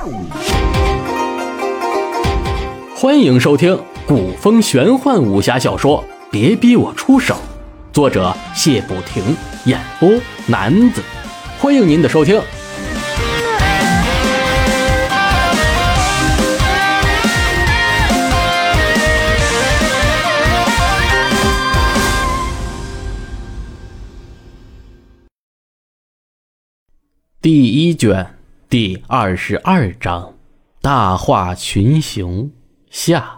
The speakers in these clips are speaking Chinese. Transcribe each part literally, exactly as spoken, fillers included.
欢迎收听古风玄幻武侠小说《别逼我出手》，作者谢不停，演播男子。欢迎您的收听。第一卷第二十二章，大话群雄下。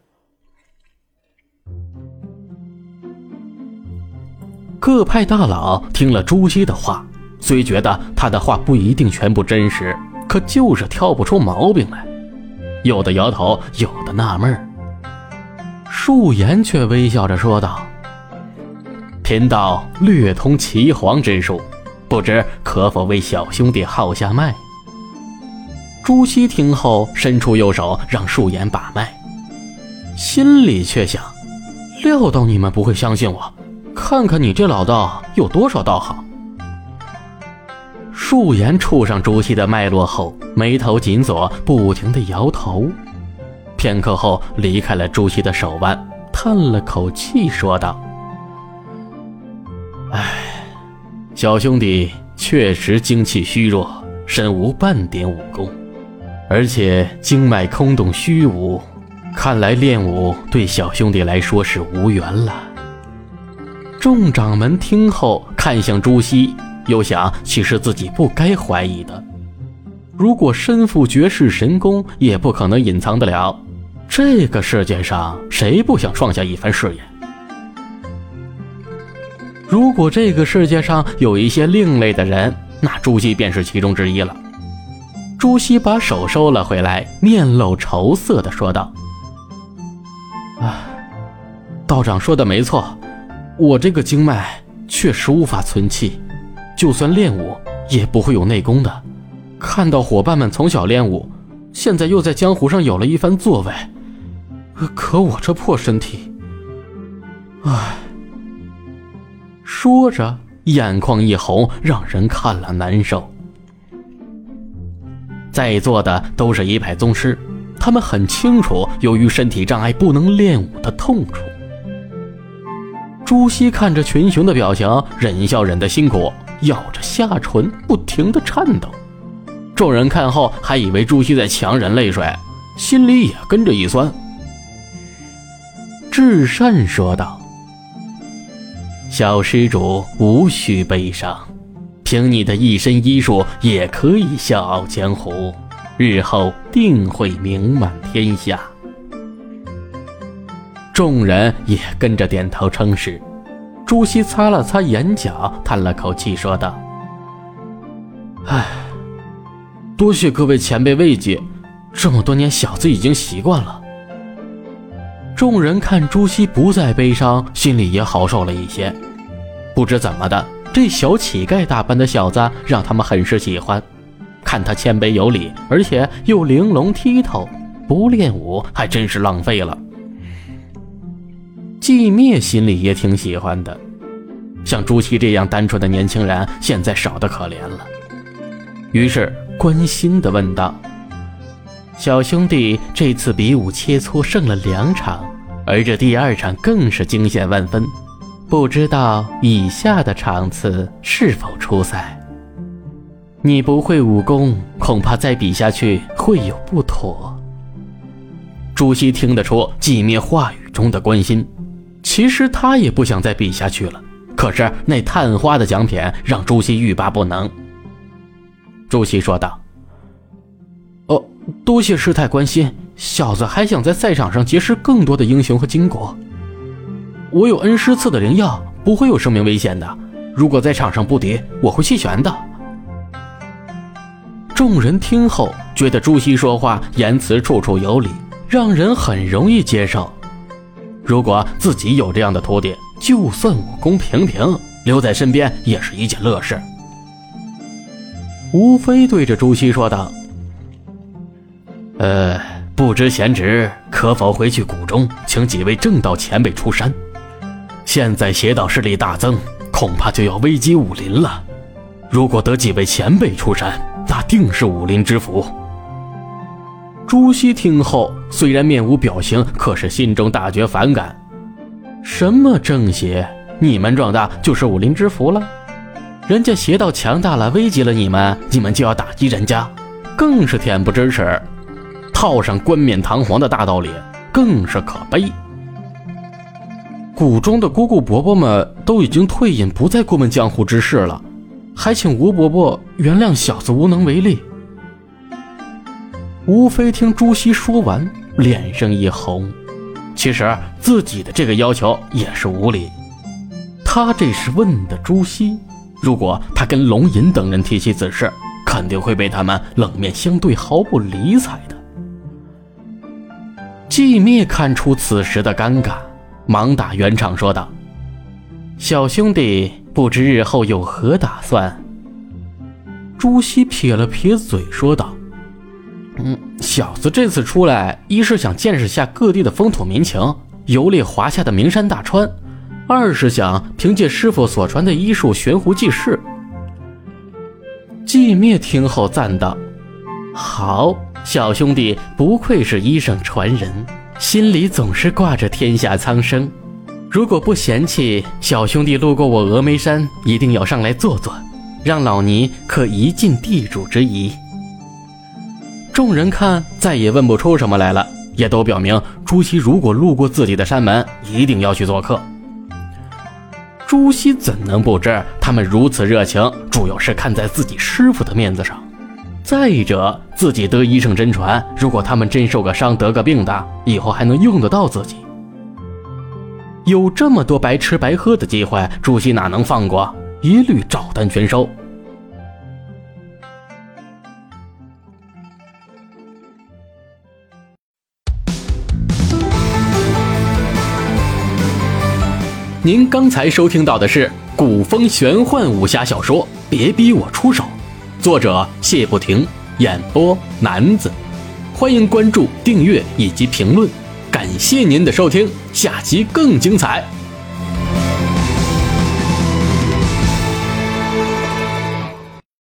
各派大佬听了朱熹的话，虽觉得他的话不一定全部真实，可就是挑不出毛病来，有的摇头，有的纳闷。素颜却微笑着说道：贫道略通岐黄之术，不知可否为小兄弟号下脉？朱熹听后伸出右手让素颜把脉，心里却想，料到你们不会相信我，看看你这老道有多少道行。素颜触上朱熹的脉络后，眉头紧锁，不停地摇头。片刻后离开了朱熹的手腕，叹了口气说道：唉，小兄弟确实精气虚弱，身无半点武功，而且经脉空洞虚无，看来练武对小兄弟来说是无缘了。众掌门听后看向朱熹，又想其实自己不该怀疑的，如果身负绝世神功，也不可能隐藏得了，这个世界上谁不想创下一番事业？如果这个世界上有一些另类的人，那朱熹便是其中之一了。朱熹把手收了回来，面露愁色地说道：啊，道长说的没错，我这个经脉确实无法存气，就算练武也不会有内功的。看到伙伴们从小练武，现在又在江湖上有了一番作为，可我这破身体，唉。说着眼眶一红，让人看了难受。在座的都是一派宗师，他们很清楚由于身体障碍不能练武的痛楚。朱熹看着群雄的表情，忍笑忍得辛苦，咬着下唇不停地颤抖。众人看后还以为朱熹在强忍泪水，心里也跟着一酸。至善说道：小施主无需悲伤，凭你的一身医术也可以笑傲江湖，日后定会名满天下。众人也跟着点头称是。朱熹擦了擦眼角，叹了口气说道：唉，多谢各位前辈慰藉，这么多年小子已经习惯了。众人看朱熹不再悲伤，心里也好受了一些。不知怎么的，这小乞丐大般的小子让他们很是喜欢。看他谦卑有礼，而且又玲珑剔透，不练武还真是浪费了。寂灭心里也挺喜欢的，像朱熹这样单纯的年轻人现在少得可怜了。于是关心地问道：小兄弟这次比武切磋胜了两场，而这第二场更是惊险万分，不知道以下的场次是否出赛？你不会武功，恐怕再比下去会有不妥。朱熹听得出寂灭话语中的关心，其实他也不想再比下去了，可是那探花的奖品让朱熹欲罢不能。朱熹说道：哦，多谢师太关心，小子还想在赛场上结识更多的英雄和巾帼。我有恩师赐的灵药，不会有生命危险的，如果在场上不敌，我会弃权的。众人听后觉得朱熹说话言辞处处有理，让人很容易接受。如果自己有这样的徒弟，就算武功平平，留在身边也是一件乐事。吴非对着朱熹说道：呃，不知贤侄可否回去谷中请几位正道前辈出山？现在邪道势力大增，恐怕就要危及武林了。如果得几位前辈出山，那定是武林之福。 朱熹听后虽然面无表情，可是心中大觉反感。什么正邪，你们壮大就是武林之福了？人家邪道强大了，危及了你们，你们就要打击人家，更是恬不知耻。套上冠冕堂皇的大道理，更是可悲。谷中的姑姑伯伯们都已经退隐，不再过问江湖之事了，还请吴伯伯原谅小子无能为力。吴非听朱熹说完，脸上一红，其实自己的这个要求也是无理。他这是问的朱熹，如果他跟龙吟等人提起此事，肯定会被他们冷面相对，毫不理睬的。寂灭看出此时的尴尬，忙打圆场说道：小兄弟不知日后有何打算？朱熹撇了撇嘴说道：嗯，小子这次出来，一是想见识下各地的风土民情，游历华夏的名山大川，二是想凭借师父所传的医术悬壶济世。寂灭听后赞道：好，小兄弟不愧是医圣传人，心里总是挂着天下苍生。如果不嫌弃，小兄弟路过我峨眉山，一定要上来坐坐，让老尼可一尽地主之谊。众人看再也问不出什么来了，也都表明朱熹如果路过自己的山门，一定要去做客。朱熹怎能不知他们如此热情，主要是看在自己师父的面子上。再者，自己得医圣真传，如果他们真受个伤得个病的，以后还能用得到自己。有这么多白吃白喝的机会，朱熹哪能放过，一律照单全收。您刚才收听到的是古风玄幻武侠小说《别逼我出手》，作者谢不停，演播南子。欢迎关注、订阅以及评论，感谢您的收听，下期更精彩。